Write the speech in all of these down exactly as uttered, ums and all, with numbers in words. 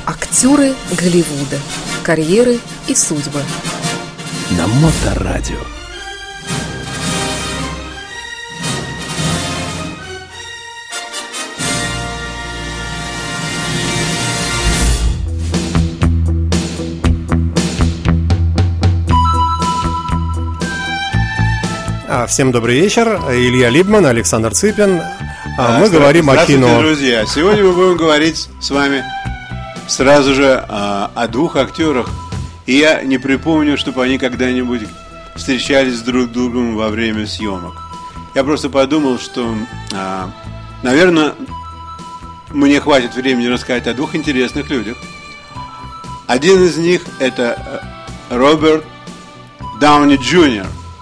Актеры Голливуда. Карьеры и судьбы. На Моторадио. Всем добрый вечер. Илья Либман, Александр Цыпин. А, мы говорим о кино. Друзья, сегодня мы будем говорить с вами сразу же а, о двух актерах. И я не припомню, чтобы они когда-нибудь встречались друг с другом во время съемок. Я просто подумал, что, а, наверное, мне хватит времени рассказать о двух интересных людях. Один из них – это Роберт Дауни Джуниор.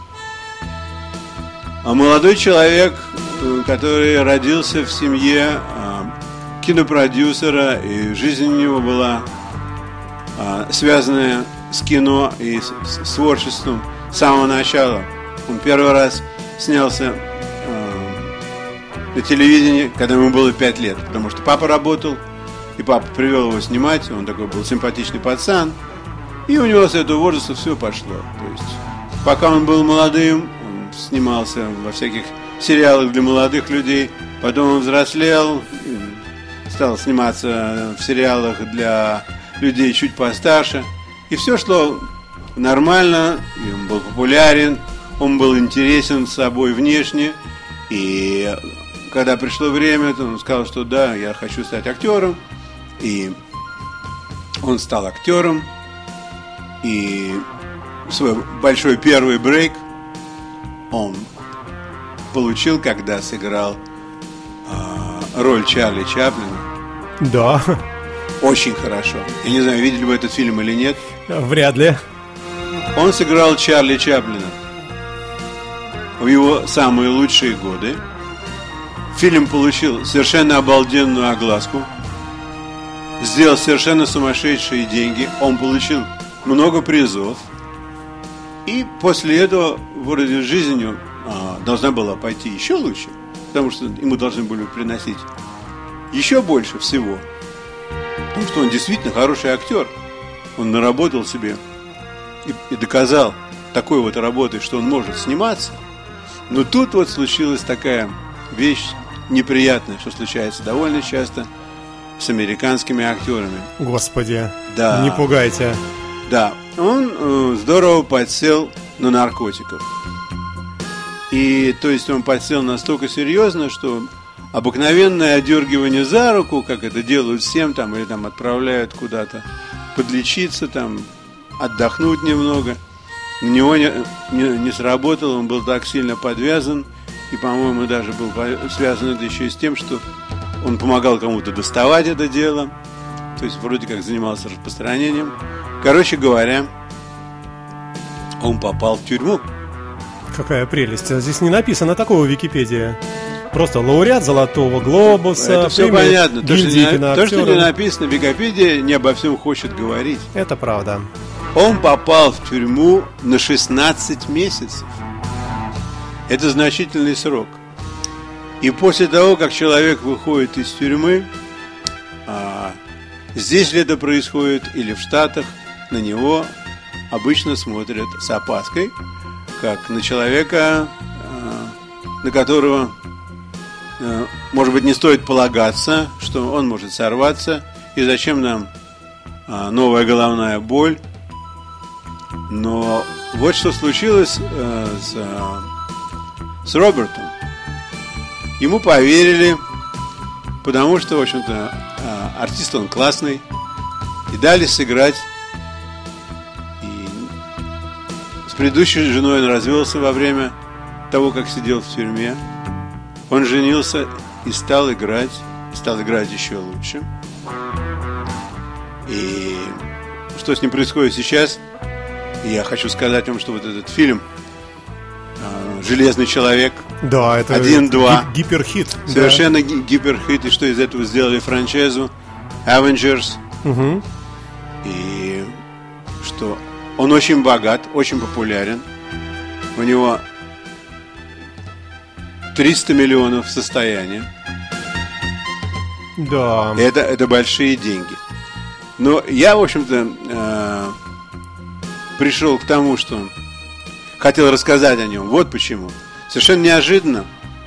Молодой человек, который родился в семье кинопродюсера, и жизнь у него была связанная с кино и с творчеством с самого начала. Он первый раз снялся на телевидении, когда ему было пять лет, потому что папа работал, и папа привел его снимать. Он такой был симпатичный пацан, и у него с этого возраста все пошло. То есть, пока он был молодым, снимался во всяких сериалах для молодых людей. Потом он взрослел, стал сниматься в сериалах для людей чуть постарше. И все шло нормально, и он был популярен, он был интересен собой внешне. И когда пришло время, то он сказал, что да, я хочу стать актером. И он стал актером. И свой большой первый брейк он получил, когда сыграл э, роль Чарли Чаплина. Да. Очень хорошо. Я не знаю, видели вы этот фильм или нет. Вряд ли. Он сыграл Чарли Чаплина в его самые лучшие годы. Фильм получил совершенно обалденную огласку, сделал совершенно сумасшедшие деньги. Он получил много призов. И после этого вроде жизнью а, должна была пойти еще лучше, потому что ему должны были приносить еще больше всего. Потому что он действительно хороший актер. Он наработал себе и, и доказал такой вот работой, что он может сниматься. Но тут вот случилась такая вещь неприятная, что случается довольно часто с американскими актерами. Господи, да. Не пугайте. Да, он э, здорово подсел на наркотиков. И, то есть, он подсел настолько серьезно, что обыкновенное одергивание за руку, как это делают всем, там, или там отправляют куда-то подлечиться, там, отдохнуть немного, на него не, не, не сработало, он был так сильно подвязан, и, по-моему, даже был связан это еще и с тем, что он помогал кому-то доставать это дело, то есть, вроде как занимался распространением. Короче говоря, он попал в тюрьму. Какая прелесть. Здесь не написано такого в Википедии. Просто лауреат Золотого Глобуса. Это все понятно. То, что не, то, что не написано в Википедии, не обо всем хочет говорить. Это правда. Он попал в тюрьму на шестнадцать месяцев. Это значительный срок. И после того, как человек выходит из тюрьмы, а, здесь ли это происходит или в Штатах, на него обычно смотрят с опаской, как на человека, на которого, может быть, не стоит полагаться, что он может сорваться, и зачем нам новая головная боль. Но вот что случилось с, с Робертом. Ему поверили, потому что, в общем-то, артист он классный, и дали сыграть. С предыдущей женой он развелся во время того, как сидел в тюрьме. Он женился и стал играть, стал играть еще лучше. И что с ним происходит сейчас? Я хочу сказать вам, что вот этот фильм «Железный человек», да, это один-два, гиперхит. Совершенно да. гиперхит. И что из этого сделали франчайзу Avengers. Угу. И что он очень богат, очень популярен. У него триста миллионов состояния. Да. Это, это большие деньги. Но я, в общем-то, э, пришел к тому, что хотел рассказать о нем. Вот почему. Совершенно неожиданно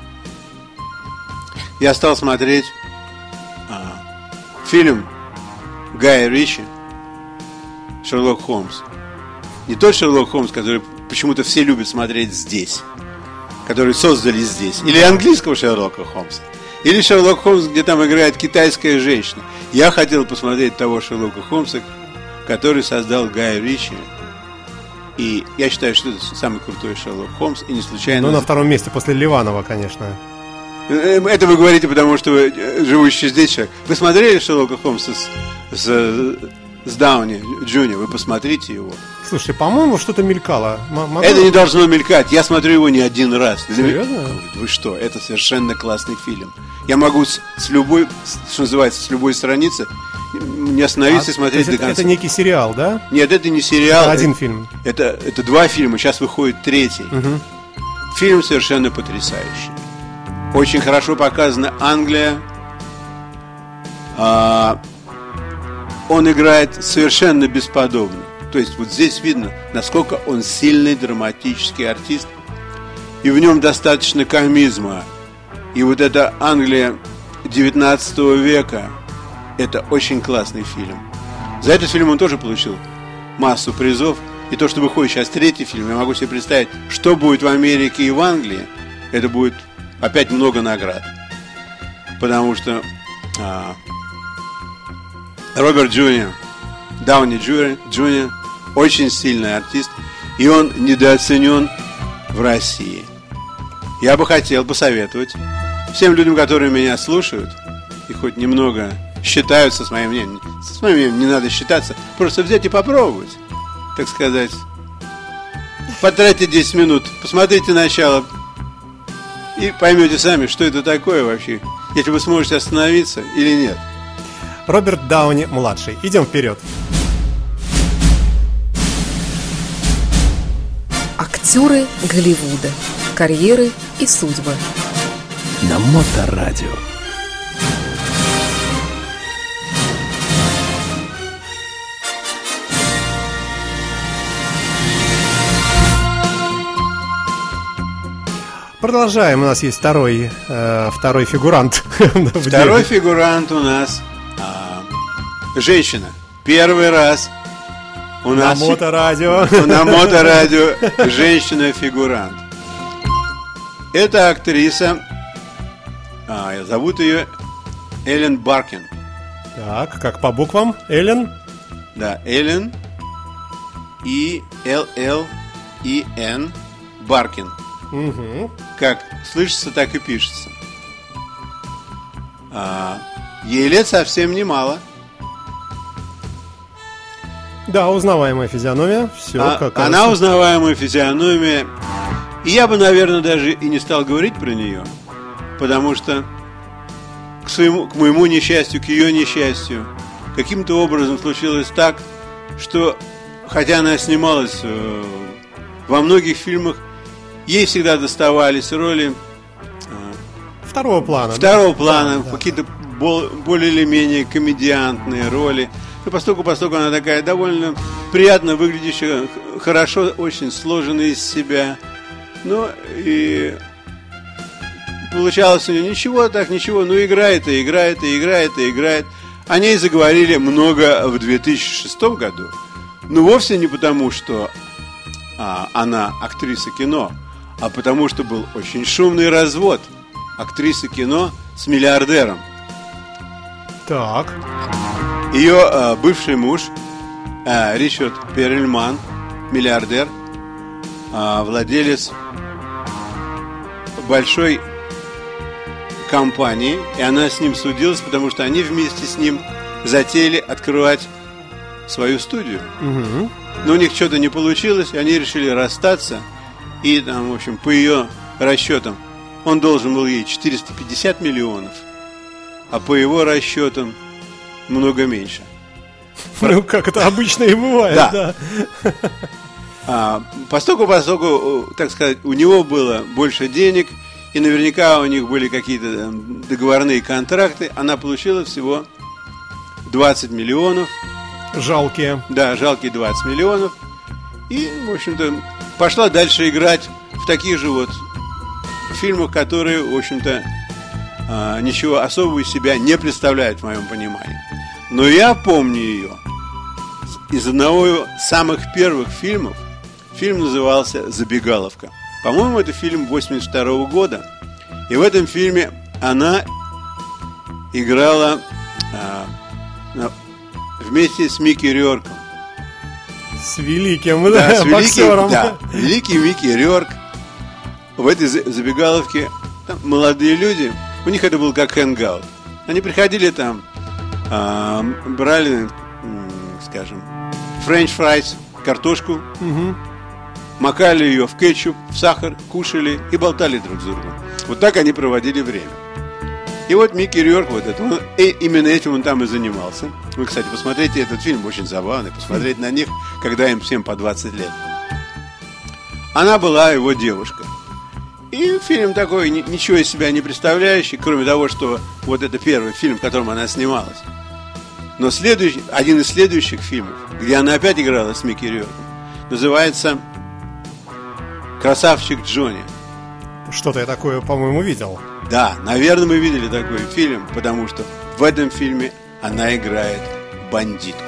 я стал смотреть э, фильм Гая Ричи «Шерлок Холмс». Не тот Шерлок Холмс, который почему-то все любят смотреть здесь, который создали здесь. Или английского Шерлока Холмса. Или Шерлок Холмс, где там играет китайская женщина. Я хотел посмотреть того Шерлока Холмса, который создал Гай Ричи. И я считаю, что это самый крутой Шерлок Холмс. И не случайно... Ну, на втором месте после Ливанова, конечно. Это вы говорите, потому что вы живущий здесь человек. Вы смотрели Шерлока Холмса с, с, с Дауни Джуниор? Вы посмотрите его. Слушай, по-моему, что-то мелькало. М- это не должно мелькать. Я смотрю его не один раз. Серьезно? Вы что? Это совершенно классный фильм. Я могу с, с любой, что называется, с любой страницы не остановиться а, и смотреть до это, конца. Это некий сериал, да? Нет, это не сериал. Это один это, фильм. Это, это два фильма. Сейчас выходит третий. Угу. Фильм совершенно потрясающий. Очень хорошо показана Англия. А, он играет совершенно бесподобно. То есть вот здесь видно, насколько он сильный драматический артист. И в нем достаточно комизма. И вот эта Англия девятнадцатого века, это очень классный фильм. За этот фильм он тоже получил массу призов. И то, что выходит сейчас третий фильм, я могу себе представить, что будет в Америке и в Англии. Это будет опять много наград. Потому что а, Роберт Джуниор, Дауни Джуниор, очень сильный артист. И он недооценен в России. Я бы хотел посоветовать всем людям, которые меня слушают и хоть немного считаются с моим мнением. С моим мнением не надо считаться. Просто взять и попробовать, так сказать. Потратьте десять минут, посмотрите начало и поймете сами, что это такое вообще, если вы сможете остановиться или нет. Роберт Дауни-младший. Идем вперед. Актеры Голливуда. Карьеры и судьбы. На Моторадио. Продолжаем. У нас есть второй, э, второй фигурант. Второй фигурант у нас а, женщина. Первый раз у на нас Моторадио. На Моторадио женщина-фигурант. Это актриса, а, зовут ее Эллен Баркин. Так, как по буквам? Эллен? Да, Эллен И Л Л И Н Баркин. Угу. Как слышится, так и пишется. а, Ей лет совсем немало. Да, узнаваемая физиономия. Все, а, как Она кажется. Узнаваемая физиономия. И я бы, наверное, даже и не стал говорить про нее, потому что к своему, к моему несчастью, к ее несчастью, каким-то образом случилось так, что хотя она снималась э, во многих фильмах, ей всегда доставались роли э, второго плана. Второго да? плана, да, какие-то бол, более или менее комедиантные роли. И поскольку, поскольку она такая довольно приятно выглядящая, хорошо, очень сложенная из себя. Ну и получалось у нее ничего так, ничего, ну играет и играет и играет и играет. О ней заговорили много в две тысячи шестом году. Но вовсе не потому, что а, она актриса кино, а потому что был очень шумный развод актрисы кино с миллиардером. Так. Ее а, бывший муж а, Ричард Перельман, миллиардер, а, владелец большой компании, и она с ним судилась, потому что они вместе с ним затеяли открывать свою студию. Угу. Но у них что-то не получилось, и они решили расстаться. И там, в общем, по ее расчетам, он должен был ей четыреста пятьдесят миллионов, а по его расчетам много меньше. Ну, как это обычно и бывает, да. да. А, поскольку, поскольку, так сказать, у него было больше денег, и наверняка у них были какие-то договорные контракты, она получила всего двадцать миллионов, Жалкие. Да, жалкие двадцать миллионов. И, в общем-то, пошла дальше играть в таких же вот фильмах, которые, в общем-то, ничего особого из себя не представляют в моем понимании. Но я помню ее из одного из самых первых фильмов. Фильм назывался «Забегаловка». По-моему, это фильм восемьдесят второго года. И в этом фильме она играла а, вместе с Микки Рёрком. С великим, да, да, с великим, боксером. Да, великий Микки Рёрк. В этой забегаловке там молодые люди, у них это был как хэнгаут. Они приходили там, а, брали, скажем, френч-фрайс, картошку, угу. макали ее в кетчуп, в сахар, кушали и болтали друг с другом. Вот так они проводили время. И вот Микки Рёрк, вот это, он, и именно этим он там и занимался. Вы, кстати, посмотрите этот фильм, очень забавный. Посмотреть на них, когда им всем по двадцать лет. Она была его девушка. И фильм такой, ничего из себя не представляющий, кроме того, что вот это первый фильм, в котором она снималась. Но следующий, один из следующих фильмов, где она опять играла с Микки Рёрком, называется «Красавчик Джонни». Что-то я такое, по-моему, видел. Да, наверное, мы видели такой фильм, потому что в этом фильме она играет бандитку.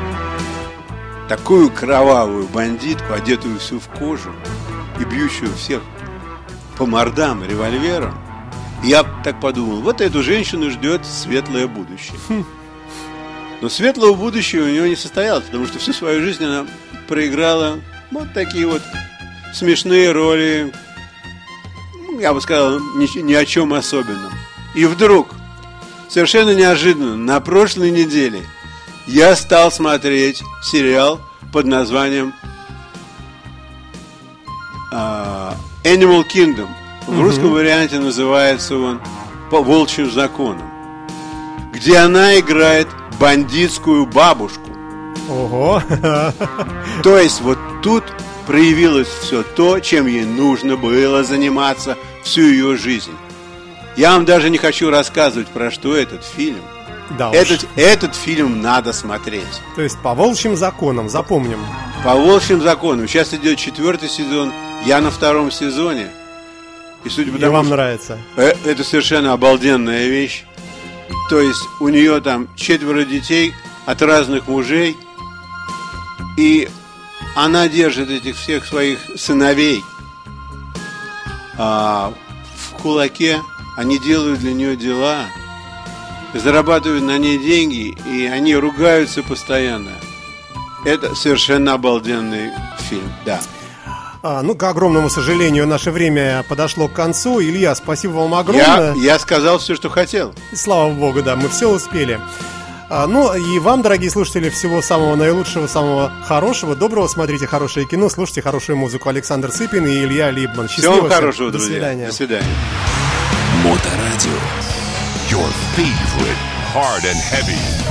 Такую кровавую бандитку, одетую всю в кожу и бьющую всех по мордам револьвером. Я так подумал, вот эту женщину ждет светлое будущее. Но светлого будущего у нее не состоялось, потому что всю свою жизнь она проиграла вот такие вот смешные роли, я бы сказал, ни, ни о чем особенном. И вдруг, совершенно неожиданно, на прошлой неделе я стал смотреть сериал под названием uh, Animal Kingdom. В угу. русском варианте называется он «По волчьим законам», где она играет бандитскую бабушку. Ого! То есть вот тут проявилось все то, чем ей нужно было заниматься всю ее жизнь. Я вам даже не хочу рассказывать, про что этот фильм. Да этот, этот фильм надо смотреть. То есть по волчьим законам, запомним. По волчьим законам. Сейчас идет четвертый сезон. Я на втором сезоне. И, судя по тому, вам нравится? Это совершенно обалденная вещь. То есть у нее там четверо детей от разных мужей. И она держит этих всех своих сыновей а, в кулаке. Они делают для нее дела, зарабатывают на ней деньги, и они ругаются постоянно. Это совершенно обалденный фильм, да. А, ну, к огромному сожалению, наше время подошло к концу. Илья, спасибо вам огромное. Я, я сказал все, что хотел. Слава богу, да, мы все успели. А, ну, и вам, дорогие слушатели, всего самого наилучшего, самого хорошего, доброго. Смотрите хорошее кино, слушайте хорошую музыку. Александр Цыпин и Илья Либман. Счастливо. Всего хорошего, До друзья. Свидания. До свидания. Моторадио. Your favorite hard and heavy.